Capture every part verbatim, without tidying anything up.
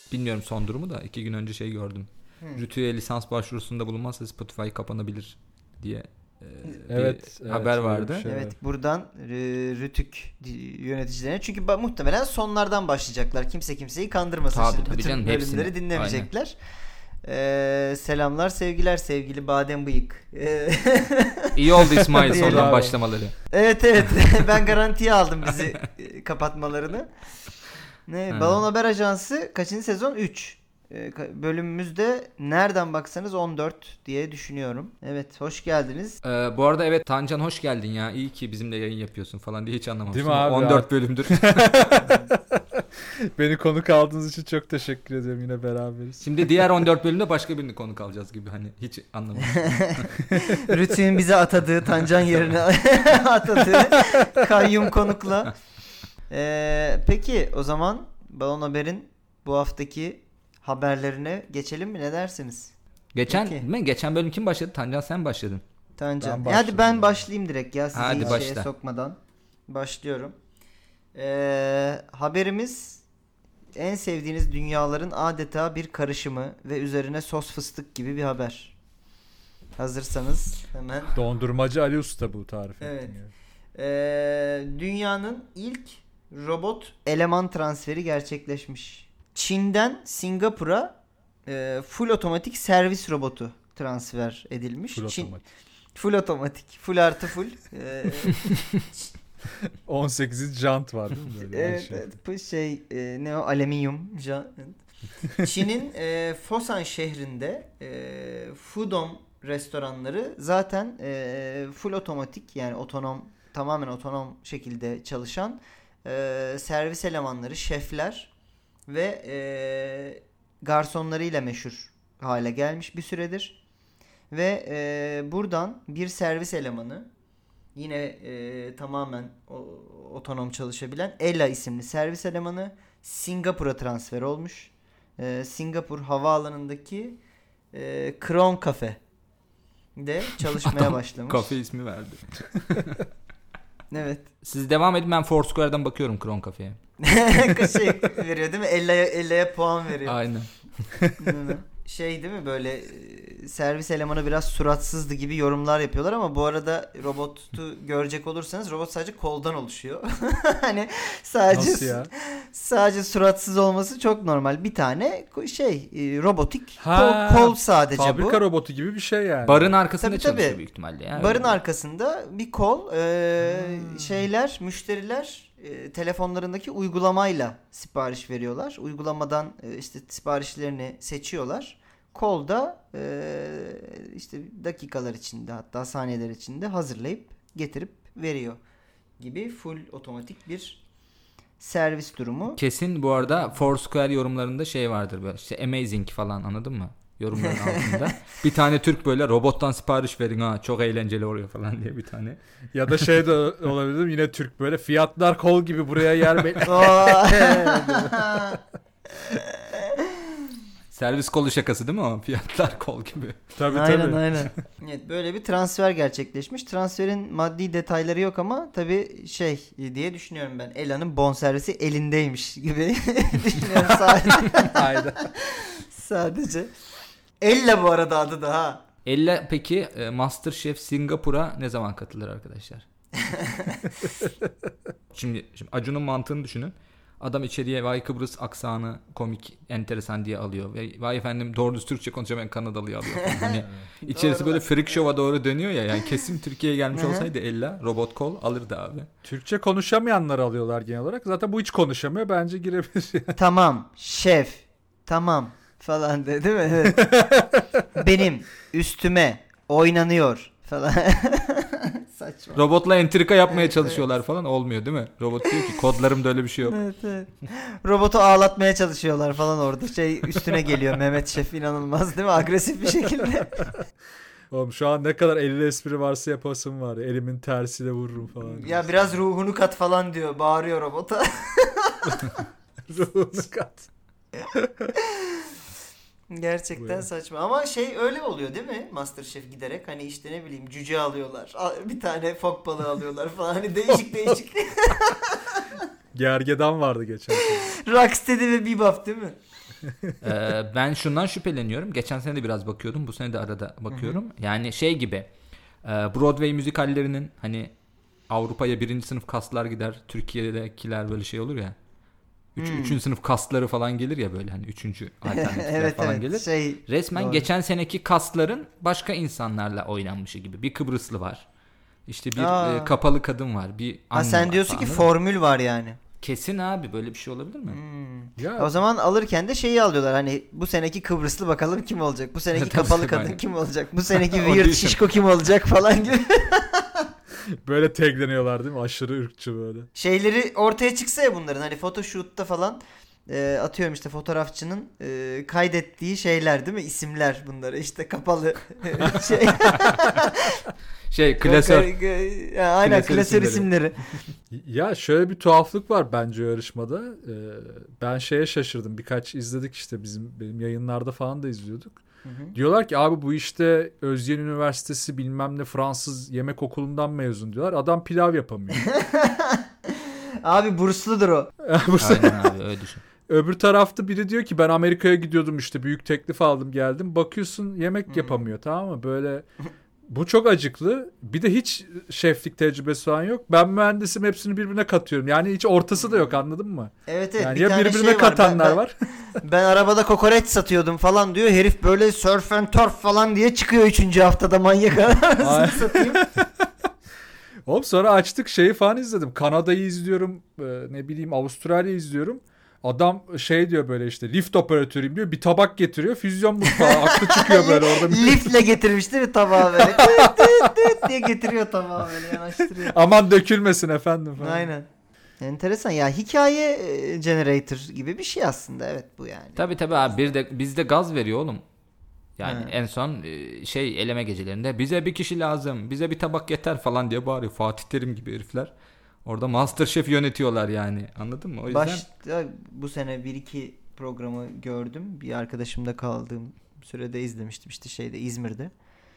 bilmiyorum son durumu da iki gün önce şey gördüm. Hmm. Rütü'ye lisans başvurusunda bulunmazsa Spotify kapanabilir diye e, evet, bir evet, haber vardı. Şey evet, buradan Rütük yöneticilerine, çünkü muhtemelen sonlardan başlayacaklar. Kimse kimseyi kandırmasın. Tabii, Şimdi tabii bütün canım, bölümleri hepsini. dinlemeyecekler. Ee, selamlar sevgiler sevgili Badem Bıyık. İyi oldu İsmail sondan başlamaları. Evet evet ben garantiye aldım bizi kapatmalarını. Ne? Hmm. Balon Haber Ajansı kaçıncı sezon? üç. Ee, bölümümüzde nereden baksanız on dört diye düşünüyorum. Evet, hoş geldiniz. Ee, bu arada evet Tancan hoş geldin ya. İyi ki bizimle yayın yapıyorsun falan diye hiç anlamamıştım. Değil mi abi? on dört bölümdür. Beni konuk aldığınız için çok teşekkür ederim, yine beraberiz. Şimdi diğer on dört bölümde başka birini konuk alacağız gibi, hani hiç anlamamıştım. Rütü'nün bize atadığı, Tancan yerine atadığı kayyum konukla. Ee, peki o zaman Balon Haber'in bu haftaki haberlerine geçelim mi? Ne dersiniz? Geçen Peki. mi? Geçen bölüm kim başladı? Tancan sen başladın. Tancan. Ben Hadi ben başlayayım direkt ya, sizi Hadi hiç başla. şeye sokmadan. Başlıyorum. Ee, haberimiz en sevdiğiniz dünyaların adeta bir karışımı ve üzerine sos fıstık gibi bir haber. Hazırsanız hemen. Dondurmacı Ali Usta bu tarifi. Evet. Ee, dünyanın ilk robot eleman transferi gerçekleşmiş. Çin'den Singapur'a e, full otomatik servis robotu transfer edilmiş. Full Çin, otomatik. Full otomatik. Full artı full. Ee, on sekiz jant var değil mi? Böyle evet, şey. evet. Bu şey e, ne o? Alüminyum jant. Çin'in e, Fosan şehrinde e, Fudong restoranları zaten e, full otomatik, yani otonom, tamamen otonom şekilde çalışan e, servis elemanları, şefler ve e, garsonlarıyla meşhur hale gelmiş bir süredir. Ve e, buradan bir servis elemanı, yine e, tamamen o, otonom çalışabilen Ella isimli servis elemanı Singapur'a transfer olmuş. E, Singapur havaalanındaki e, Crown Cafe de çalışmaya Adam başlamış. Kafe ismi verdi. Evet. Siz devam edin, ben Foursquare'dan bakıyorum Crown Cafe'ye. Şey veriyor değil mi? Ella'ya, Ella'ya puan veriyor. Aynen. Şey değil mi, böyle servis elemanı biraz suratsızdı gibi yorumlar yapıyorlar ama bu arada robotu görecek olursanız robot sadece koldan oluşuyor. Hani sadece Nasıl ya? sadece suratsız olması çok normal. Bir tane şey robotik Ha, kol, kol sadece fabrika bu. Fabrika robotu gibi bir şey yani. Barın arkasında tabii, çalışıyor tabii. büyük ihtimalle. Yani. Barın arkasında bir kol, e, hmm. şeyler, müşteriler e, telefonlarındaki uygulamayla sipariş veriyorlar. Uygulamadan e, işte siparişlerini seçiyorlar. Kolda e, işte dakikalar içinde, hatta saniyeler içinde hazırlayıp getirip veriyor gibi full otomatik bir servis durumu. Kesin bu arada Foursquare yorumlarında şey vardır böyle, işte amazing falan, anladın mı? Yorumların altında. Bir tane Türk böyle robottan sipariş verin ha, çok eğlenceli oluyor falan diye bir tane. Ya da şey de olabilir, yine Türk böyle fiyatlar kol gibi buraya yer be. Servis kolu şakası değil mi o? Fiyatlar kol gibi. Tabii aynen, tabii. Aynen. Evet, böyle bir transfer gerçekleşmiş. Transferin maddi detayları yok ama tabii şey diye düşünüyorum ben. Ella'nın bonservisi elindeymiş gibi düşünüyorum sadece. Aynen. Sadece. Ella bu arada adı da ha. Ella peki MasterChef Singapur'a ne zaman katılır arkadaşlar? şimdi, şimdi Acun'un mantığını düşünün. Adam içeriye vay Kıbrıs aksanı komik, enteresan diye alıyor. Ve vay efendim doğru düz Türkçe konuşamayan Kanadalı'yı alıyor. Hani içerisi böyle freak show'a doğru dönüyor ya. Yani kesin Türkiye'ye gelmiş olsaydı Ella robot kol alırdı abi. Türkçe konuşamayanları alıyorlar genel olarak. Zaten bu hiç konuşamıyor. Bence girebilir. Tamam şef. Tamam falan de, değil mi? Evet. Benim üstüme oynanıyor falan. Saçma. Robotla entrika yapmaya evet, çalışıyorlar evet. falan, olmuyor değil mi? Robot diyor ki kodlarımda öyle bir şey yok. Evet, evet. Robotu ağlatmaya çalışıyorlar falan orada. Şey üstüne geliyor Mehmet Şef, inanılmaz değil mi? Agresif bir şekilde. Oğlum şu an ne kadar elli espri varsa yapasım var. Elimin tersiyle vururum falan. Ya biraz ruhunu kat falan diyor. Bağırıyor robota. Ruhunu kat. Gerçekten saçma. Ama şey öyle oluyor değil mi? MasterChef giderek hani işte ne bileyim cüce alıyorlar. Bir tane fok balığı alıyorlar falan. Hani değişik değişik. Gergedan vardı geçen sene. Rocksteady ve Bebop değil mi? Ee, ben şundan şüpheleniyorum. Geçen sene de biraz bakıyordum. Bu sene de arada bakıyorum. Hı hı. Yani şey gibi e, Broadway müzikallerinin hani Avrupa'ya birinci sınıf kastlar gider. Türkiye'dekiler böyle şey olur ya. Üç, hmm. Üçüncü sınıf kastları falan gelir ya böyle hani üçüncü alternatifler evet, falan evet. gelir. Şey, Resmen doğru. Geçen seneki kastların başka insanlarla oynanmışı gibi. Bir Kıbrıslı var. İşte bir e, kapalı kadın var. Bir ha, sen diyorsun ki formül var yani. Kesin abi, böyle bir şey olabilir mi? Hmm. Ya. O zaman alırken de şeyi alıyorlar. Hani bu seneki Kıbrıslı bakalım kim olacak? Bu seneki kapalı kadın kim olacak? Bu seneki weird şişko kim olacak falan gibi. Böyle tagleniyorlar değil mi? Aşırı ırkçı böyle. Şeyleri ortaya çıksa ya bunların, hani photoshoot'ta falan e, atıyorum işte fotoğrafçının e, kaydettiği şeyler değil mi? İsimler bunları işte kapalı şey. Şey klasör. Ya, aynen klasör, klasör isimleri. Ya şöyle bir tuhaflık var bence yarışmada. Ee, ben şeye şaşırdım. Birkaç izledik işte, bizim benim yayınlarda falan da izliyorduk. Hı hı. Diyorlar ki abi bu işte Özyeğin Üniversitesi bilmem ne Fransız yemek okulundan mezun diyorlar. Adam pilav yapamıyor. Abi bursludur o. Aynen abi, öyle düşün. Öbür tarafta biri diyor ki ben Amerika'ya gidiyordum işte, büyük teklif aldım geldim. Bakıyorsun yemek hmm. yapamıyor, tamam mı? Böyle bu çok acıklı. Bir de hiç şeflik tecrübesi falan yok. Ben mühendisim, hepsini birbirine katıyorum. Yani hiç ortası da yok, anladın mı? Evet evet. Yani ya birbirine şey katanlar var. Ben, var. Ben, ben arabada kokoreç satıyordum falan diyor. Herif böyle surf and turf falan diye çıkıyor üçüncü haftada, manyak arasını satayım. Oğlum sonra açtık şeyi falan izledim. Kanada'yı izliyorum. Ne bileyim Avustralya'yı izliyorum. Adam şey diyor böyle işte lift operatörüyüm diyor. Bir tabak getiriyor. Füzyon mutfağı. Aklı çıkıyor böyle orada. Liftle getirmiş değil mi tabağı böyle. Dıt dıt dıt diye getiriyor tabağı böyle, yanaştırıyor. Aman dökülmesin efendim falan. Aynen. Enteresan ya, hikaye generator gibi bir şey aslında, evet bu yani. Tabii tabii abi, bir de bizde gaz veriyor oğlum. Yani He. en son şey eleme gecelerinde bize bir kişi lazım, bize bir tabak yeter falan diye bağırıyor. Fatih Terim gibi herifler. Orada MasterChef yönetiyorlar yani. Anladın mı? O yüzden başta bu sene bir iki programı gördüm. Bir arkadaşımda kaldığım sürede izlemiştim işte şeyde, İzmir'de.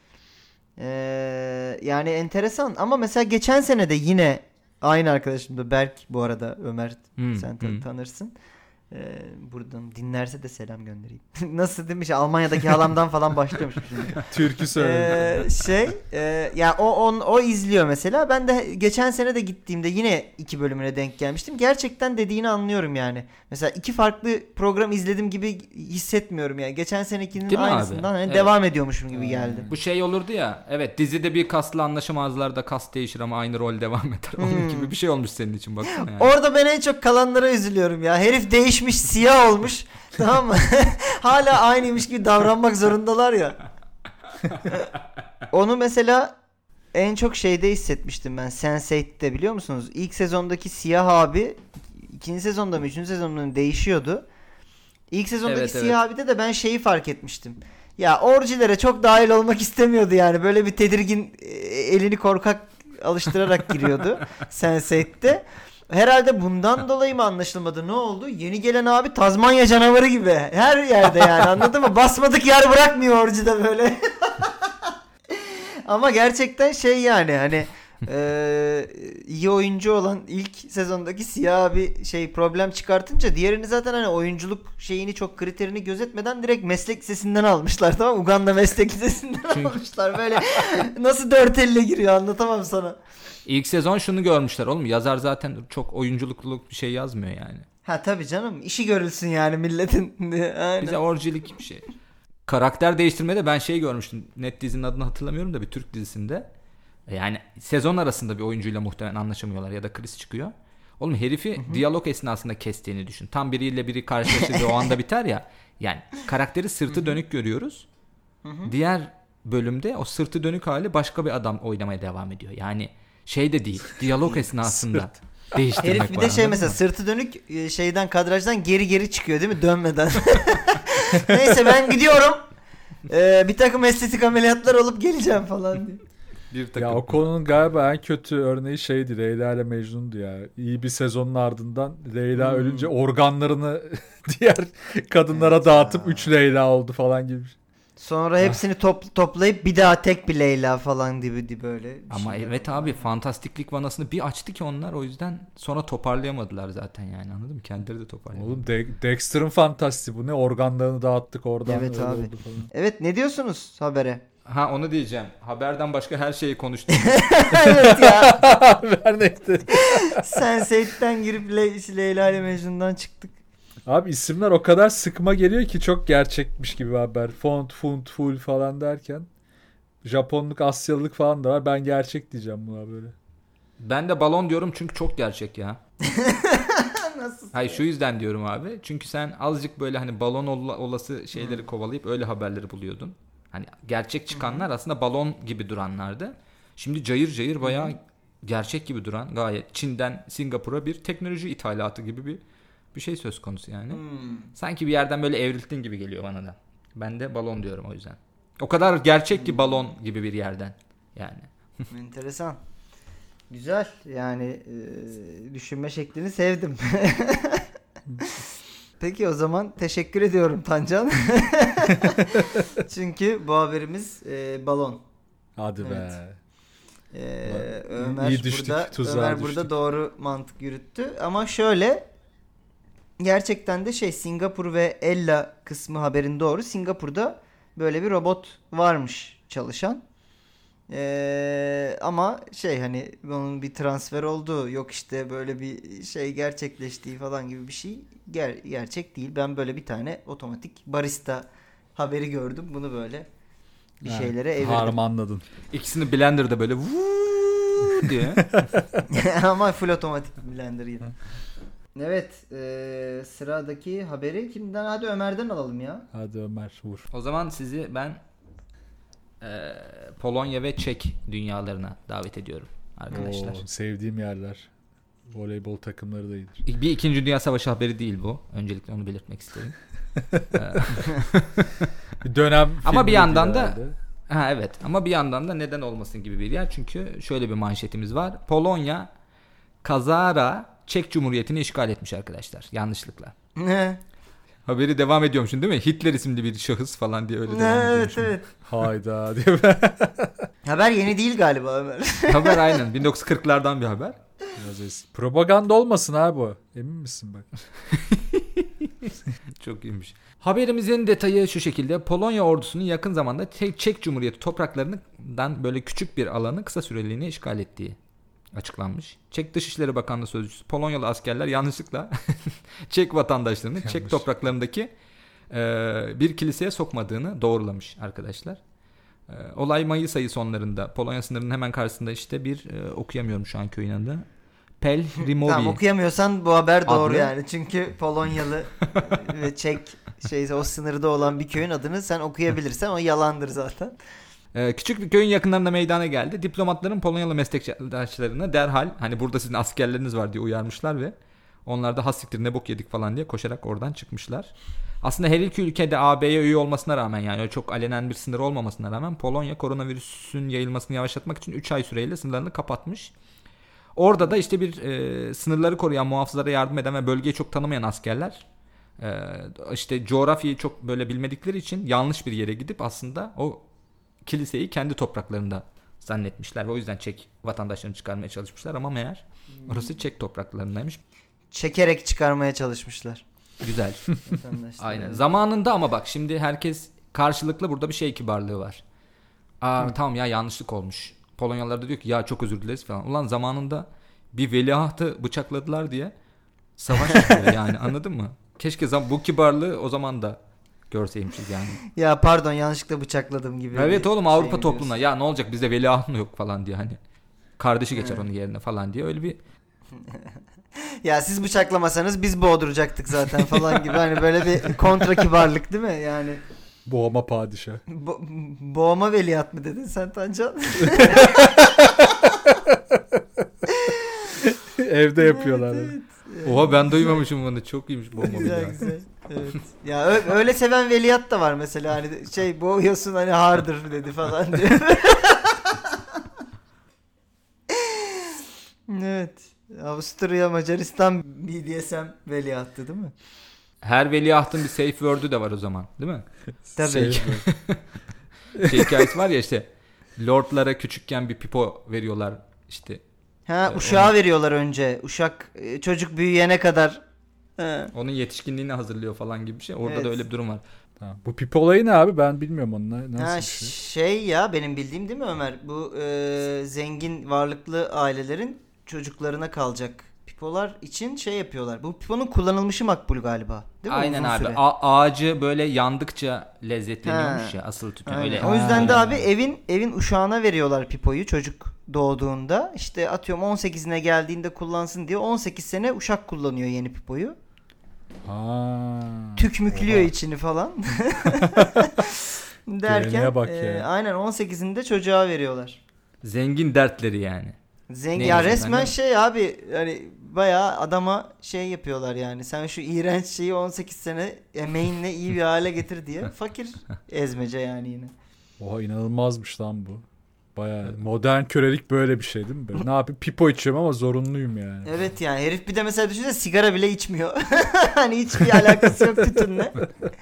Ee, yani enteresan ama mesela geçen sene de yine aynı arkadaşım da Berk, bu arada Ömer hmm, sen hmm. tanırsın. Ee, buradan dinlerse de selam göndereyim. Nasıl demiş, Almanya'daki halamdan falan başlıyormuş şimdi. Türkü söylüyor. Ee, şey e, yani o on, o izliyor mesela. Ben de geçen sene de gittiğimde yine iki bölümüne denk gelmiştim. Gerçekten dediğini anlıyorum yani. Mesela iki farklı program izledim gibi hissetmiyorum yani. Geçen senekinin değil aynısından hani evet. devam ediyormuşum gibi geldi. Bu şey olurdu ya. Evet, dizide bir kastla anlaşamazlar da kast değişir ama aynı rol devam eder. Onun hmm. gibi bir şey olmuş senin için, baksana yani. Orada ben en çok kalanlara üzülüyorum ya. Herif değişmiş, siyah olmuş. Tamam mı? Hala aynıymış gibi davranmak zorundalar ya. Onu mesela en çok şeyde hissetmiştim ben. sense eight'te, biliyor musunuz? İlk sezondaki siyah abi ikinci sezonda mı üçüncü sezonda mı değişiyordu. İlk sezondaki evet, siyah evet. abide de ben şeyi fark etmiştim. Ya orjilere çok dahil olmak istemiyordu yani. Böyle bir tedirgin, elini korkak alıştırarak giriyordu sense eight'te. Herhalde bundan dolayı mı anlaşılmadı, ne oldu? Yeni gelen abi Tazmanya canavarı gibi. Her yerde yani, anladın mı? Basmadık yer bırakmıyor orada böyle. Ama gerçekten şey yani hani e, iyi oyuncu olan ilk sezondaki siyah abi şey problem çıkartınca diğerini zaten hani oyunculuk şeyini çok kriterini gözetmeden direkt meslek lisesinden almışlar, tamam mı? Uganda meslek lisesinden almışlar böyle. Nasıl dört elle giriyor anlatamam sana. İlk sezon şunu görmüşler oğlum, yazar zaten çok oyunculukluk bir şey yazmıyor yani. Ha tabii canım, işi görülsün yani milletin. Aynen. Bize orjilik bir şey. Karakter değiştirmede ben şey görmüştüm. Net dizinin adını hatırlamıyorum da bir Türk dizisinde. Yani sezon arasında bir oyuncuyla muhtemelen anlaşamıyorlar ya da kriz çıkıyor. Oğlum herifi Hı-hı. diyalog esnasında kestiğini düşün. Tam biriyle biri karşılaştığı o anda biter ya. Yani karakteri sırtı Hı-hı. dönük görüyoruz. Hı-hı. Diğer bölümde o sırtı dönük hali başka bir adam oynamaya devam ediyor. Yani şey de değil. Diyalog esnasında değiştirmek var. Herif bir de şey mesela mı? Sırtı dönük şeyden, kadrajdan geri geri çıkıyor değil mi? Dönmeden. Neyse ben gidiyorum. Ee, bir takım estetik ameliyatlar olup geleceğim falan diye. Bir takım. Ya o konunun galiba en kötü örneği şeydi. Leyla ile Mecnun'du ya. İyi bir sezonun ardından Leyla hmm. ölünce organlarını diğer kadınlara evet dağıtıp üç Leyla oldu falan gibi. Sonra hepsini top, toplayıp bir daha tek bir Leyla falan gibi böyle. Ama evet abi, fantastiklik vanasını bir açtı ki onlar, o yüzden sonra toparlayamadılar zaten yani, anladın mı? Kendileri de toparlayamadı. Oğlum De- Dexter'ın fantastiği bu ne? Organlarını dağıttık oradan. Evet öyle abi. oldu falan. Evet, ne diyorsunuz habere? Ha, onu diyeceğim. Haberden başka her şeyi konuştuk. Evet ya. Haber neydi? sense eight'ten girip Le- Leyla ile Mecnun'dan çıktık. Abi isimler o kadar sıkma geliyor ki çok gerçekmiş gibi haber. Font, font, full falan derken. Japonluk, Asyalılık falan da var. Ben gerçek diyeceğim buna böyle. Ben de balon diyorum çünkü çok gerçek ya. Nasıl? Hayır, şu yüzden diyorum abi. Çünkü sen azıcık böyle hani balon ola- olası şeyleri Hmm. kovalayıp öyle haberleri buluyordun. Hani gerçek çıkanlar aslında balon gibi duranlardı. Şimdi cayır cayır bayağı gerçek gibi duran, gayet Çin'den Singapur'a bir teknoloji ithalatı gibi bir bir şey söz konusu yani. Hmm. Sanki bir yerden böyle evrilttin gibi geliyor bana da. Ben de balon diyorum o yüzden. O kadar gerçek ki balon gibi bir yerden yani. Enteresan. Güzel. Yani e, düşünme şeklini sevdim. Peki o zaman teşekkür ediyorum Tancan. Çünkü bu haberimiz e, balon. Hadi Evet. be. Ee, Bak, Ömer iyi düştük, burada tuzağa Ömer düştük. burada doğru mantık yürüttü. Ama şöyle, gerçekten de şey, Singapur ve Ella kısmı haberin doğru. Singapur'da böyle bir robot varmış çalışan. Ee, ama şey, hani onun bir transfer olduğu yok, işte böyle bir şey gerçekleştiği falan gibi bir şey ger- gerçek değil. Ben böyle bir tane otomatik barista haberi gördüm. Bunu böyle bir Ha, şeylere evirdim. harmanladın. İkisini blenderda böyle vuuu diye. Ama full otomatik blender yine. Evet, e, sıradaki haberi kimden? Hadi Ömer'den alalım ya. Hadi Ömer vur. O zaman sizi ben e, Polonya ve Çek dünyalarına davet ediyorum arkadaşlar. Oo, sevdiğim yerler. Voleybol takımları da iyidir. Bir İkinci Dünya Savaşı haberi değil bu. Öncelikle onu belirtmek isterim. Bir dönem Ama bir filmi yandan gibi da herhalde. ha evet, ama bir yandan da neden olmasın gibi bir yer. Çünkü şöyle bir manşetimiz var. Polonya kazara Çek Cumhuriyeti'ni işgal etmiş arkadaşlar. Yanlışlıkla. Ne? Haberi devam ediyormuşsun değil mi? Hitler isimli bir şahıs falan diye öyle Ne? devam Evet ediyormuşsun. evet. Hayda diye. Haber yeni değil galiba Ömer. Haber aynen bin dokuz yüz kırklardan bir haber. Biraz eski. Propaganda olmasın abi bu. Emin misin bak? Çok iyiymiş. Haberimizin detayı şu şekilde. Polonya ordusunun yakın zamanda Çek Cumhuriyeti topraklarından böyle küçük bir alanı kısa süreliğine işgal ettiği açıklanmış. Çek Dışişleri Bakanlığı Sözcüsü, Polonyalı askerler yanlışlıkla Çek vatandaşlarını Yanlış. Çek topraklarındaki e, bir kiliseye sokmadığını doğrulamış arkadaşlar. E, olay Mayıs ayı sonlarında Polonya sınırının hemen karşısında işte bir e, okuyamıyorum şu an köyün adını. Pel Rimovi. Tamam, okuyamıyorsan bu haber doğru Adlı. yani. Çünkü Polonyalı ve Çek şeyse o sınırda olan bir köyün adını sen okuyabilirsen o yalandır zaten. Ee, küçük bir köyün yakınlarında meydana geldi. Diplomatların Polonyalı meslektaşlarına derhal hani burada sizin askerleriniz var diye uyarmışlar ve onlar da hassiktir ne bok yedik falan diye koşarak oradan çıkmışlar. Aslında her iki ülkede A B'ye üye olmasına rağmen, yani öyle çok alenen bir sınır olmamasına rağmen Polonya koronavirüsün yayılmasını yavaşlatmak için üç ay süreyle sınırlarını kapatmış. Orada da işte bir e, sınırları koruyan, muhafızlara yardım eden ve bölgeyi çok tanımayan askerler e, işte coğrafyayı çok böyle bilmedikleri için yanlış bir yere gidip aslında o kiliseyi kendi topraklarında zannetmişler ve o yüzden Çek vatandaşlarını çıkarmaya çalışmışlar ama meğer orası Çek topraklarındaymış. Çekerek çıkarmaya çalışmışlar. Güzel. Vatandaşlar. Aynen. Zamanında ama bak şimdi herkes karşılıklı burada bir şey kibarlığı var. Aa Hı. tamam ya, yanlışlık olmuş. Polonyalılar da diyor ki ya çok özür dileriz falan. Ulan zamanında bir veliahtı bıçakladılar diye savaş çıkıyor yani, anladın mı? Keşke zam- bu kibarlığı o zaman da görseymişiz yani. Ya pardon, yanlışlıkla bıçakladım gibi. Evet bir oğlum, şey Avrupa mi toplumuna diyorsun? ya ne olacak bizde veliaht mı yok falan diye, hani kardeşi geçer Evet. onun yerine falan diye öyle bir Ya siz bıçaklamasanız biz boğduracaktık zaten falan gibi. Hani böyle bir kontra kibarlık değil mi? Yani Boğma padişah. bo- boğma veliaht mı dedin sen Tancan? Evde yapıyorlar. Evet, evet. oha ben duymamışım bunu, çok iyiymiş bomba Güzel veliaht. güzel. Evet. Ya ö- öyle seven veliaht da var mesela, hani şey boğuyorsun hani hardır dedi falan diyor. Evet. Avusturya Macaristan B D S M veliahtı değil mi? Her veliahtın bir safe word'ü de var o zaman, değil mi? Tabii. Şey- Şey hikayesi var ya işte, lordlara küçükken bir pipo veriyorlar işte. Ha, Ee, uşağı onu- veriyorlar önce. Uşak e, çocuk büyüyene kadar. Ha. Onun yetişkinliğini hazırlıyor falan gibi bir şey. Orada Evet. da öyle bir durum var. Tamam. Bu pipi olayı ne abi? Ben bilmiyorum onu. Nasıl Ha, bir şey? şey ya benim bildiğim değil mi Ömer? Bu e, zengin varlıklı ailelerin çocuklarına kalacak pipolar için şey yapıyorlar. Bu piponun kullanılmışı makbul galiba. Değil mi? Aynen Uzun abi. süre. A- ağacı böyle yandıkça lezzetleniyormuş Ha. ya, asıl tütün Aynen. öyle. O yüzden de Ha. abi evin evin uşağına veriyorlar pipoyu çocuk doğduğunda. İşte atıyorum on sekizine geldiğinde kullansın diye on sekiz sene uşak kullanıyor yeni pipoyu. Ha. Tükmüklüyor Oha. içini falan. Geleneğe Derken bak e, ya. aynen on sekizinde çocuğa veriyorlar. Zengin dertleri yani. Zengin Ne ya diyeceğim resmen ben de? şey abi hani bayağı adama şey yapıyorlar yani. Sen şu iğrenç şeyi on sekiz sene emeğinle iyi bir hale getir diye. Fakir ezmece yani yine. Oha, inanılmazmış lan bu. Bayağı modern kölelik böyle bir şey değil mi? Böyle, ne yapayım? Pipo içiyorum ama zorunluyum yani. Evet yani herif bir de mesela düşünsene sigara bile içmiyor. Hani hiçbir alakası yok tütünle.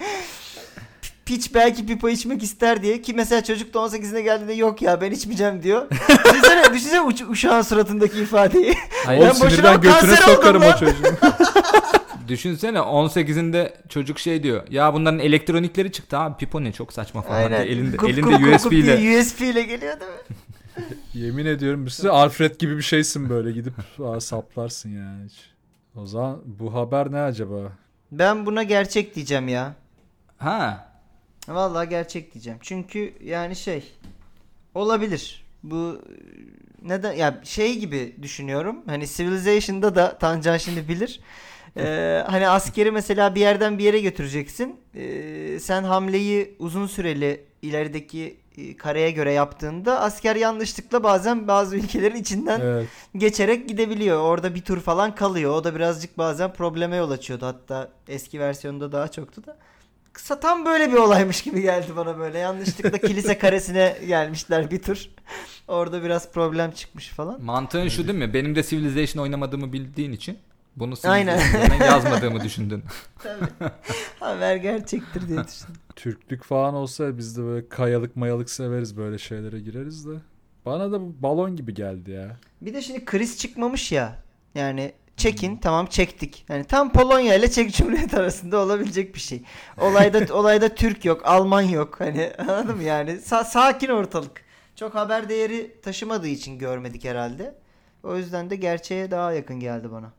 Piç belki pipo içmek ister diye ki mesela çocuk da on sekizine geldiğinde yok ya ben içmeyeceğim diyor. Düşünsene, düşünsene uç- uşağın suratındaki ifadeyi. Hayır, Oğlum Ben boşuna sinirden götüne kanser oldum sokarım lan. o çocuğu. Düşünsene on sekizinde çocuk şey diyor. Ya bunların elektronikleri çıktı abi. Pipo ne çok saçma falan diye. Elinde, Kup, elinde kup, kup, U S kup B ile. diye U S B ile geliyor değil mi? Yemin ediyorum size Alfred gibi bir şeysin böyle gidip aa, saplarsın yani hiç. O zaman bu haber ne acaba? Ben buna gerçek diyeceğim ya. Ha. Vallahi gerçek diyeceğim. Çünkü yani şey olabilir. Bu neden ya şey gibi düşünüyorum. Hani Civilization'da da Tancan şimdi bilir. Ee, hani askeri mesela bir yerden bir yere götüreceksin. Ee, sen hamleyi uzun süreli ilerideki e, kareye göre yaptığında asker yanlışlıkla bazen bazı ülkelerin içinden Evet. geçerek gidebiliyor. Orada bir tur falan kalıyor. O da birazcık bazen probleme yol açıyordu. Hatta eski versiyonda daha çoktu da. Kısa tam böyle bir olaymış gibi geldi bana böyle. Yanlışlıkla kilise karesine gelmişler bir tur. Orada biraz problem çıkmış falan. Mantığın şu değil mi? Benim de Civilization oynamadığımı bildiğin için bunu Aynen. Civilization'dan yazmadığımı düşündün. Tabii. Haber gerçektir diye düşündüm. Türklük falan olsa biz de böyle kayalık mayalık severiz, böyle şeylere gireriz de. Bana da bu balon gibi geldi ya. Bir de şimdi kriz çıkmamış ya. Yani çekin tamam çektik. Yani tam Polonya ile Çek Cumhuriyeti arasında olabilecek bir şey. Olayda olayda Türk yok, Alman yok. Hani anladın mı yani? Sa- sakin ortalık. Çok haber değeri taşımadığı için görmedik herhalde. O yüzden de gerçeğe daha yakın geldi bana.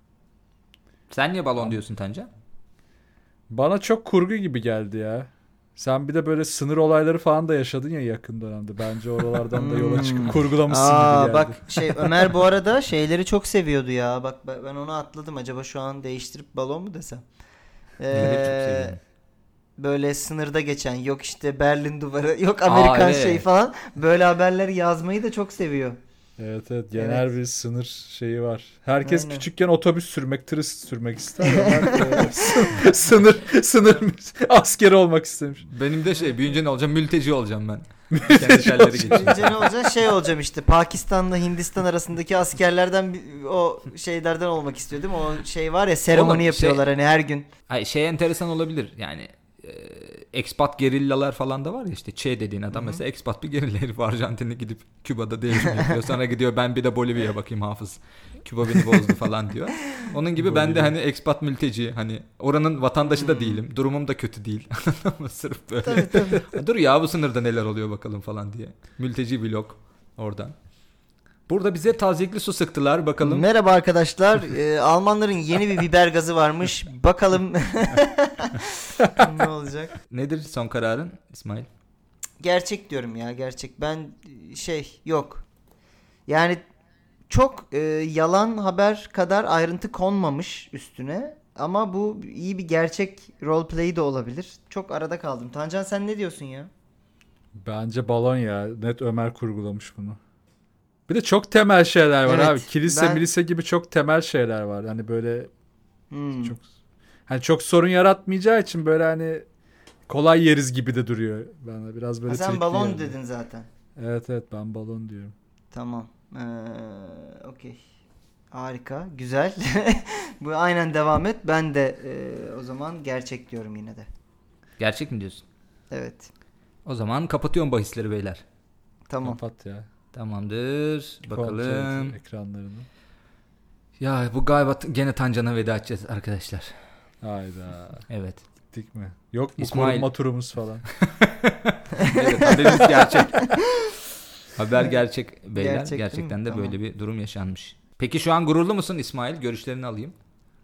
Sen niye balon diyorsun Tancan? Bana çok kurgu gibi geldi ya. Sen bir de böyle sınır olayları falan da yaşadın ya yakın dönemde. Bence oralardan da yola Hmm. çıkıp kurgulamışsın Aa, gibi geldi. bak şey Ömer bu arada şeyleri çok seviyordu ya. Bak ben ben onu atladım. Acaba şu an değiştirip balon mu desem? Neleri çok Ee, seviyorum. böyle sınırda geçen yok işte Berlin duvarı yok Amerikan evet. şey falan böyle haberleri yazmayı da çok seviyor. Evet evet, genel Evet. bir sınır şeyi var. Herkes Aynen. küçükken otobüs sürmek, tır sürmek ister. Ömer de sı- sınır sınır askeri olmak istemiş. Benim de şey büyüyünce ne olacağım? Mülteci olacağım ben. Kendi telleri geçeceğim. Önce ne olacak? Şey olacağım işte Pakistan'la Hindistan arasındaki askerlerden bir- o şeylerden olmak istiyor değil mi? O şey var ya seremoni Oğlum, yapıyorlar şey- hani her gün. Ay, şey enteresan olabilir yani. E, expat gerillalar falan da var ya işte Che dediğin adam mesela expat bir gerilla herif, Arjantin'e gidip Küba'da değişim yapıyor. Sonra gidiyor ben bir de Bolivya'ya bakayım hafız. Küba beni bozdu falan diyor. Onun gibi ben de Bolivya. hani expat mülteci, hani oranın vatandaşı da değilim. Durumum da kötü değil. Sırf böyle. Tabii tabii. Dur ya bu sınırda neler oluyor bakalım falan diye. Mülteci vlog oradan. Burada bize tazikli su sıktılar bakalım. Merhaba arkadaşlar. Ee, Almanların yeni bir biber gazı varmış. Bakalım ne olacak? Nedir son kararın İsmail? Gerçek diyorum ya gerçek. Ben şey yok. Yani çok e, yalan haber kadar ayrıntı konmamış üstüne. Ama bu iyi bir gerçek roleplay de olabilir. Çok arada kaldım. Tancan sen ne diyorsun ya? Bence balon ya. Net Ömer kurgulamış bunu. Bir de çok temel şeyler var Evet, abi. Kilise, ben- milise gibi çok temel şeyler var. Hani böyle Hmm. çok hani çok sorun yaratmayacağı için böyle hani kolay yeriz gibi de duruyor bana. Biraz böyle Ha, sen trikli balon yani. dedin zaten. Evet evet, ben balon diyorum. Tamam. Ee, okey. Harika. Güzel. Bu aynen devam et. Ben de e, o zaman gerçek diyorum yine de. Gerçek mi diyorsun? Evet. O zaman kapatıyorum bahisleri beyler. Tamam. Kapat ya. Tamamdır. Bakalım. Kontrol ekranlarını. Ya bu galiba t- gene Tancan'a veda edeceğiz arkadaşlar. Hayda. Evet. Gittik mi? Yok mu İsmail. korunma turumuz falan? Evet, haberimiz gerçek. Haber gerçek beyler. Gerçek değil Gerçekten mi? de Tamam. böyle bir durum yaşanmış. Peki şu an gururlu musun İsmail? Görüşlerini alayım.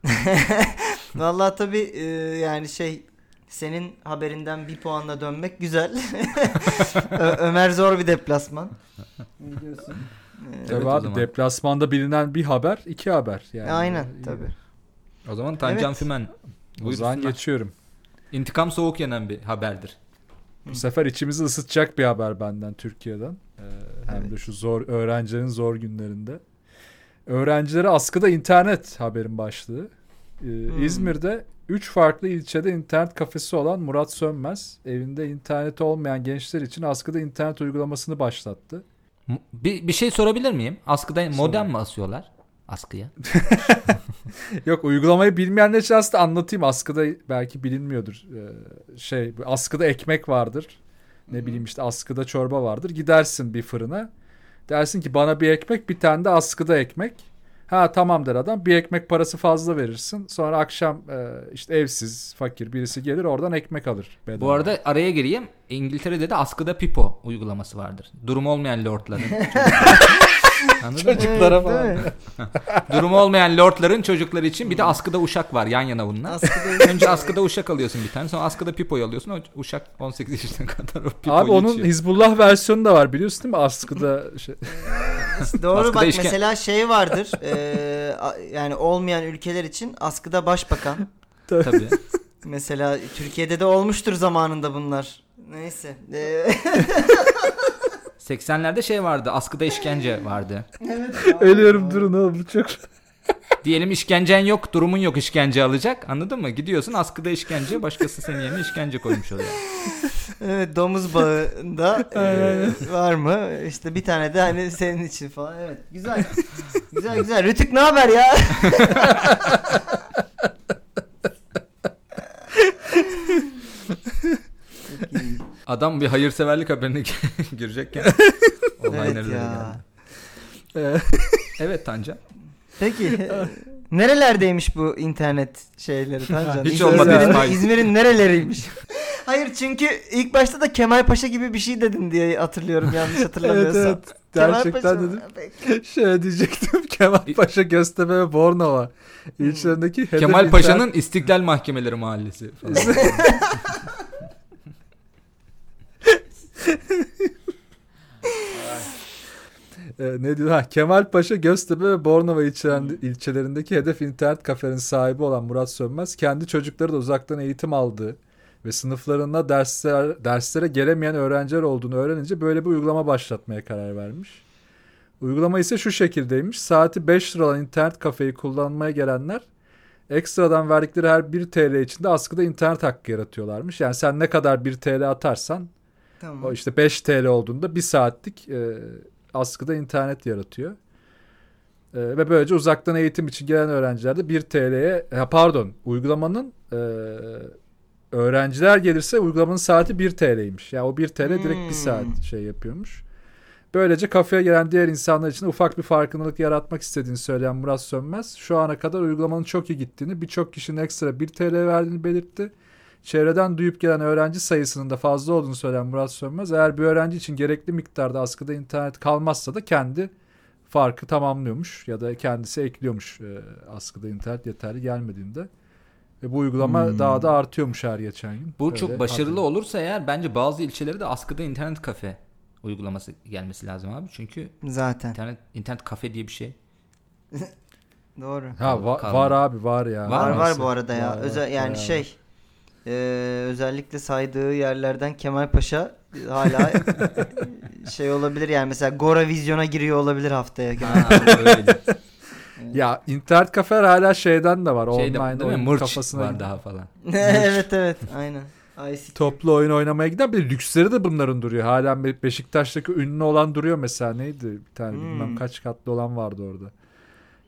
Vallahi tabii e, yani şey senin haberinden bir puanla dönmek güzel. Ö- Ömer zor bir deplasman. Biliyorsun. Ee, Tabii Evet, o abi zaman. deplasmanda bilinen bir haber, iki haber. Yani aynen İyi. tabii. O zaman Tancan Evet. Fümen. O Buyur zaman Fümen. geçiyorum. İntikam soğuk yenen bir haberdir. Bu sefer içimizi ısıtacak bir haber benden, Türkiye'den. Ee, hem Evet. de şu zor öğrencilerin zor günlerinde. Öğrencilere askıda internet haberin başlığı. Ee, Hmm. İzmir'de üç farklı ilçede internet kafesi olan Murat Sönmez, evinde interneti olmayan gençler için askıda internet uygulamasını başlattı. M- Bir, bir şey sorabilir miyim? Askıda modem mi asıyorlar? Askıya. Yok, uygulamayı bilmeyenler için aslında anlatayım. Askıda belki bilinmiyordur. Ee, şey, askıda ekmek vardır. Ne bileyim işte askıda çorba vardır. Gidersin bir fırına. Dersin ki bana bir ekmek, bir tane de askıda ekmek. Ha tamam der adam. Bir ekmek parası fazla verirsin. Sonra akşam e, işte evsiz, fakir birisi gelir oradan ekmek alır. Bedava. Bu arada araya gireyim. İngiltere'de de askıda Pipo uygulaması vardır. Durumu olmayan lordların. Anladın mı? Çocuklara Evet, falan. değil mi? Durumu olmayan lordların çocukları için bir de askıda uşak var yan yana bunlar. Askıda Önce askıda uşak alıyorsun bir tane. Sonra askıda Pipo'yu alıyorsun. O uşak on sekiz yaşına kadar o Pipo'yu Abi onun içiyor. Hizbullah versiyonu da var biliyorsun değil mi? Askıda şey. Doğru Askıda bak işken- mesela şey vardır. e, a- yani olmayan ülkeler için askıda başbakan. Tabii. Mesela Türkiye'de de olmuştur zamanında bunlar. Neyse. E, seksenlerde şey vardı. Askıda işkence vardı. Ölüyorum durun oğlum, bu çok. Diyelim işkencen yok, durumun yok işkence alacak. Anladın mı? Gidiyorsun askıda işkence, başkası senin yerine işkence koymuş oluyor. Evet, domuz bağında e, var mı? İşte bir tane de hani senin için falan. Evet, güzel. Güzel güzel. Rütük ne haber ya? Çok iyi. Adam bir hayırseverlik haberine girecekken olay Evet nerelere ya. geldi. Evet Tanca. Peki e, nerelerdeymiş bu internet şeyleri Tancan? Hiç İzmir'in- olmadı İsmail. İzmir'in nereleriymiş? Hayır çünkü ilk başta da Kemal Paşa gibi bir şey dedin diye hatırlıyorum yanlış hatırlamıyorsam. Evet, evet. Kemal Gerçekten Paşa- dedim. Peki. Şey diyecektim. Kemal Paşa, Göztepe ve Bornova ilçelerindeki hedef Kemal internet- Paşa'nın İstiklal Mahkemeleri Mahallesi falan. Ee, ne diyor? Ha, Kemal Paşa, Göztepe ve Bornova ilçelerinde- ilçelerindeki hedef internet kafenin sahibi olan Murat Sönmez, kendi çocukları da uzaktan eğitim aldığı ve sınıflarına dersler, derslere gelemeyen öğrenciler olduğunu öğrenince böyle bir uygulama başlatmaya karar vermiş. Uygulama ise şu şekildeymiş. Saati beş lira olan internet kafeyi kullanmaya gelenler ekstradan verdikleri her bir T L içinde askıda internet hakkı yaratıyorlarmış. Yani sen ne kadar bir T L atarsan Tamam. o işte beş T L olduğunda bir saatlik e, askıda internet yaratıyor. E, ve böylece uzaktan eğitim için gelen öğrenciler de bir T L'ye ha, pardon uygulamanın e, öğrenciler gelirse uygulamanın saati bir T L'ymiş. Yani o bir T L direkt Hmm. bir saat şey yapıyormuş. Böylece kafeye gelen diğer insanlar için ufak bir farkındalık yaratmak istediğini söyleyen Murat Sönmez, şu ana kadar uygulamanın çok iyi gittiğini, birçok kişinin ekstra bir T L verdiğini belirtti. Çevreden duyup gelen öğrenci sayısının da fazla olduğunu söyleyen Murat Sönmez, eğer bir öğrenci için gerekli miktarda askıda internet kalmazsa da kendi farkı tamamlıyormuş ya da kendisi ekliyormuş e, askıda internet yeterli gelmediğinde. Ve bu uygulama Hmm. daha da artıyormuş her geçen gün. Bu Öyle çok başarılı haber. olursa eğer bence bazı ilçelere de askıda internet kafe uygulaması gelmesi lazım abi. Çünkü Zaten. internet internet kafe diye bir şey. Doğru. Ha va- Kalmadı. var abi var ya. Var Var mı? var Nasıl? bu arada ya. Var, var, Özel yani bayağı şey var. e, özellikle saydığı yerlerden Kemal Paşa hala şey olabilir yani mesela Gora Vizyon'a giriyor olabilir haftaya. Ha, öyle. Ya internet kafeler hala şeyden de var. Şeyde, Online değil mi? oyun Mırç kafasına var gidip daha falan. Evet evet aynen. I C Q. toplu oyun oynamaya giden bir de lüksleri de bunların duruyor. Hala Be- Beşiktaş'taki ünlü olan duruyor mesela. Neydi? Bir tane Hmm. bilmem kaç katlı olan vardı orada.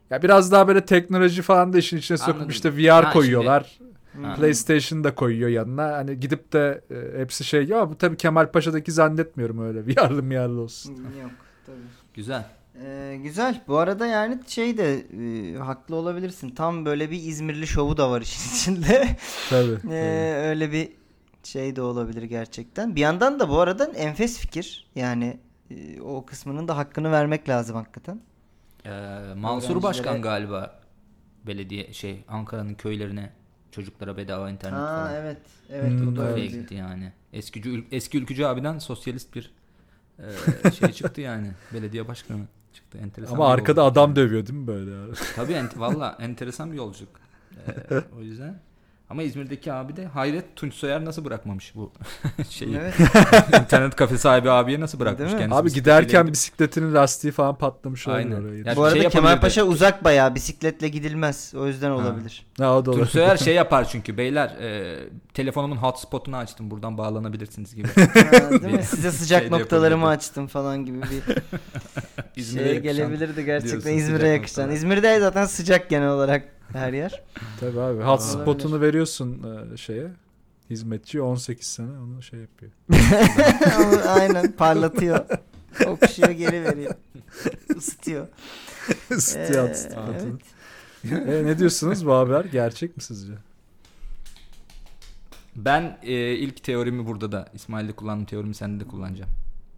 Ya biraz daha böyle teknoloji falan da işin içine sokup Anladım. işte V R Ha, koyuyorlar. Hı. PlayStation da koyuyor yanına. Hani gidip de e, hepsi şey ya bu tabii Kemal Paşa'daki zannetmiyorum öyle V R'lı M R'lı olsun. Yok tabii. Güzel. Ee, güzel. Bu arada yani şey de e, haklı olabilirsin. Tam böyle bir İzmirli şovu da var işin içinde. Tabii. Ee, tabii. öyle bir şey de olabilir gerçekten. Bir yandan da bu arada enfes fikir. Yani e, o kısmının da hakkını vermek lazım hakikaten. Ee, Mansur Öğrencilere- Başkan galiba belediye şey Ankara'nın köylerine çocuklara bedava internet Ha falan. evet. Evet Hmm, o da Öyle öyle. gitti yani. Eski eski ülkücü abiden sosyalist bir e, şey çıktı yani. Belediye başkanı çıktı. Enteresan Ama bir arkada yolculuk adam yani. dövüyor değil mi böyle? Tabii ent- valla enteresan bir yolculuk. Ee, o yüzden. Ama İzmir'deki abi de hayret Tunç Soyer nasıl bırakmamış bu şeyi. Evet. İnternet kafe sahibi abiye nasıl bırakmış Değil mi? kendisi? Abi bisikletiyle giderken gidip- bisikletinin lastiği falan patlamış olabilir Aynen. oraya. Ya Bu arada şey Kemal yapabilirdi. Paşa uzak bayağı, bisikletle gidilmez. O yüzden olabilir. Ha, o da Tunç olabilir. Soyer şey yapar çünkü beyler e, telefonumun hotspot'unu açtım buradan bağlanabilirsiniz gibi. Ha, değil mi? Bir Size sıcak şey de noktalarımı yapabilirdi. açtım falan gibi bir İzmir'e şeye yakışan gelebilirdi gerçekten. diyorsun, İzmir'e sıcak yakışan. noktalar. İzmir'de zaten sıcak genel olarak her yer. Tabii abi. Olabilir. Hotspot'unu veriyorsun e, şeye. Hizmetçi on sekiz sene onu şey yapıyor. Ama aynen parlatıyor. Okşuyor, geri veriyor. Isıtıyor. Isıtıyor Ee, hotspot'unu. evet. E, ne diyorsunuz bu haber? Gerçek mi sizce? Ben e, ilk teorimi burada da İsmail'de kullandığım teorimi sende de kullanacağım.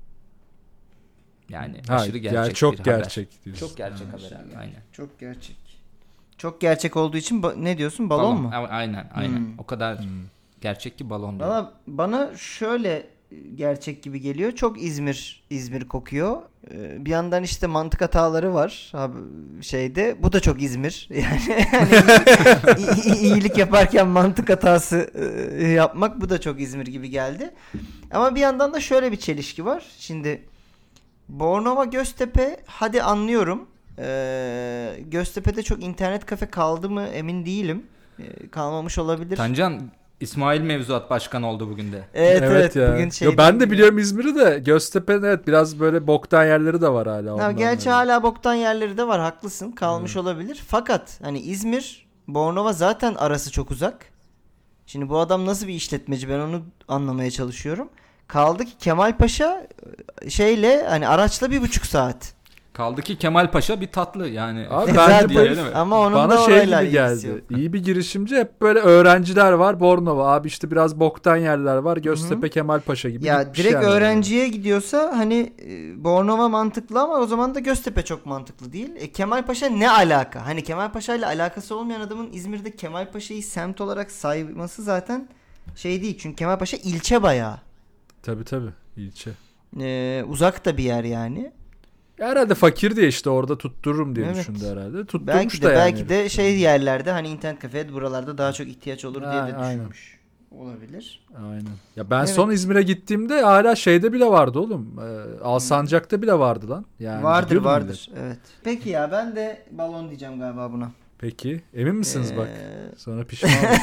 Yani Ha, aşırı ger- gerçek çok bir haber. gerçek diyorsun. Çok gerçek Ha, haber abi aynen. Çok gerçek. Çok gerçek olduğu için ba- ne diyorsun? Balon, mu? A- Aynen aynen. Hmm. O kadar Hmm. gerçek ki balon diyor. Valla bana şöyle gerçek gibi geliyor. Çok İzmir İzmir kokuyor. Ee, Bir yandan işte mantık hataları var abi şeyde. Bu da çok İzmir. Yani hani i- i- iyilik yaparken mantık hatası e, yapmak bu da çok İzmir gibi geldi. Ama bir yandan da şöyle bir çelişki var. Şimdi Bornova Göztepe hadi anlıyorum. Ee, Göztepe'de çok internet kafe kaldı mı emin değilim. Ee, kalmamış olabilir. Tancan İsmail Mevzuat Başkan oldu bugün de. Evet evet, ya. bugün şey Yo, ben de biliyorum İzmir'i de Göztepe'nin evet biraz böyle boktan yerleri de var hala. Ha, ondan gerçi böyle. hala boktan yerleri de var, haklısın, kalmış olabilir. Fakat hani İzmir, Bornova zaten arası çok uzak. Şimdi bu adam nasıl bir işletmeci, ben onu anlamaya çalışıyorum. Kaldı ki Kemalpaşa şeyle hani araçla bir buçuk saat. Kaldı ki Kemal Paşa bir tatlı yani. Abi E, bence zaten- bu herif değil mi? Ama onun bana da şey orayla gibi ilgisi geldi. yok. İyi bir girişimci, hep böyle öğrenciler var Bornova. Abi işte biraz boktan yerler var. Göztepe, Kemalpaşa gibi. Ya gitmiş direkt yani. öğrenciye gidiyorsa hani e, Bornova mantıklı ama o zaman da Göztepe çok mantıklı değil. E, Kemalpaşa ne alaka? Hani Kemalpaşa ile alakası olmayan adamın İzmir'de Kemalpaşa'yı semt olarak sayması zaten şey değil. Çünkü Kemalpaşa ilçe bayağı. Tabii tabii. İlçe. E, uzak da bir yer yani. Herhalde fakir diye işte orada tuttururum diye Evet. düşündü herhalde. Tutturmuş Belki de da yani. belki de şey yerlerde hani internet kafe buralarda daha çok ihtiyaç olur diye de Ha, aynen. düşünmüş. Olabilir. Aynen. Ya ben Evet. son İzmir'e gittiğimde hala şeyde bile vardı oğlum. Ee, Alsancak'ta bile vardı lan. Yani vardır gidiyordu vardır. millet. Evet. Peki ya ben de balon diyeceğim galiba buna. Peki. Emin misiniz Ee, bak? Sonra pişman olursun.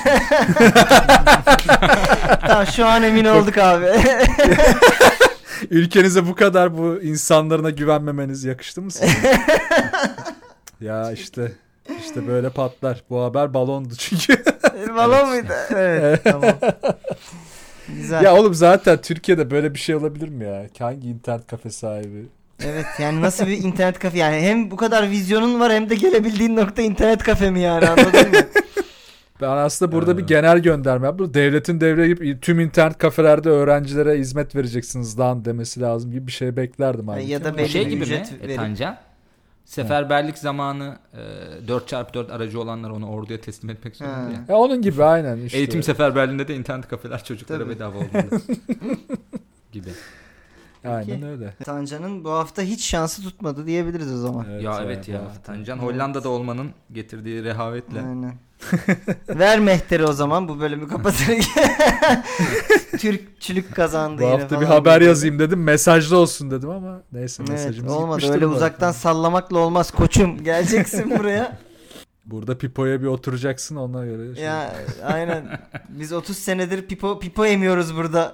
Tamam şu an emin olduk abi. Ülkenize bu kadar bu insanlarına güvenmemeniz yakıştı mı size? Ya işte işte böyle patlar. Bu haber balondu çünkü. Balon muydu? Evet tamam. Güzel. Ya oğlum zaten Türkiye'de böyle bir şey olabilir mi ya? Hangi internet kafe sahibi? Evet yani nasıl bir internet kafe yani hem bu kadar vizyonun var hem de gelebildiğin nokta internet kafe mi yani, anladın mı? Ben aslında burada Evet. bir genel gönderme yapıyorum. Devletin devreye girip tüm internet kafelerde öğrencilere hizmet vereceksiniz lan demesi lazım gibi bir şey beklerdim abi. ya da Bu belli şey bir gibi mi ücret e, verip- Tancan? Seferberlik zamanı e, dört çarpı dört aracı olanlar onu orduya teslim etmek zorunda Ha. ya. Ya onun gibi aynen işte. Eğitim seferberliğinde de internet kafeler çocuklara Tabii. bedava olmalı. gibi. Aynen Peki. öyle. Tancan'ın bu hafta hiç şansı tutmadı diyebiliriz o zaman. ya evet ya. bu hafta. Tancan Evet. Hollanda'da olmanın getirdiği rehavetle. Aynen. Ver mehteri o zaman, bu bölümü kapatırken. Türkçülük kazandı Bu yine hafta bir falan haber diye. yazayım dedim. Mesajlı olsun dedim ama neyse Evet, mesajımız olmadı gitmiştir öyle zaten. uzaktan sallamakla olmaz koçum. Geleceksin buraya. Burada Pipo'ya bir oturacaksın ona göre. Şey. Ya aynen. Biz otuz senedir pipo pipo yemiyoruz burada.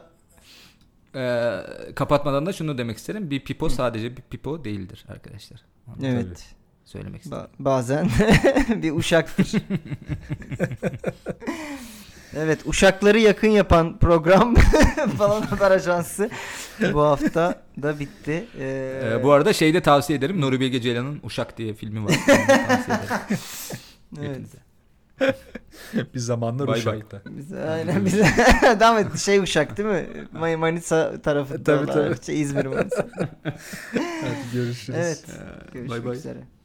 Ee, kapatmadan da şunu demek isterim. Bir pipo sadece bir pipo değildir arkadaşlar. Evet. söylemek istedim. Ba- bazen bir uşaktır. Evet, uşakları yakın yapan program Balon Haber Ajansı bu hafta da bitti. Ee... Ee, bu arada şeyde tavsiye ederim. Nuri Bilge Ceylan'ın Uşak diye filmi var. Tavsiye ederim. Evet. Bir zamanlar Bay Uşak'ta. Bize, aynen bize devam et. Şey Uşak değil mi? May Manisa tarafında. Tabii, tabii. Şey, İzmir Manisa. Hadi görüşürüz. Evet. Görüşmek Bay bay. üzere.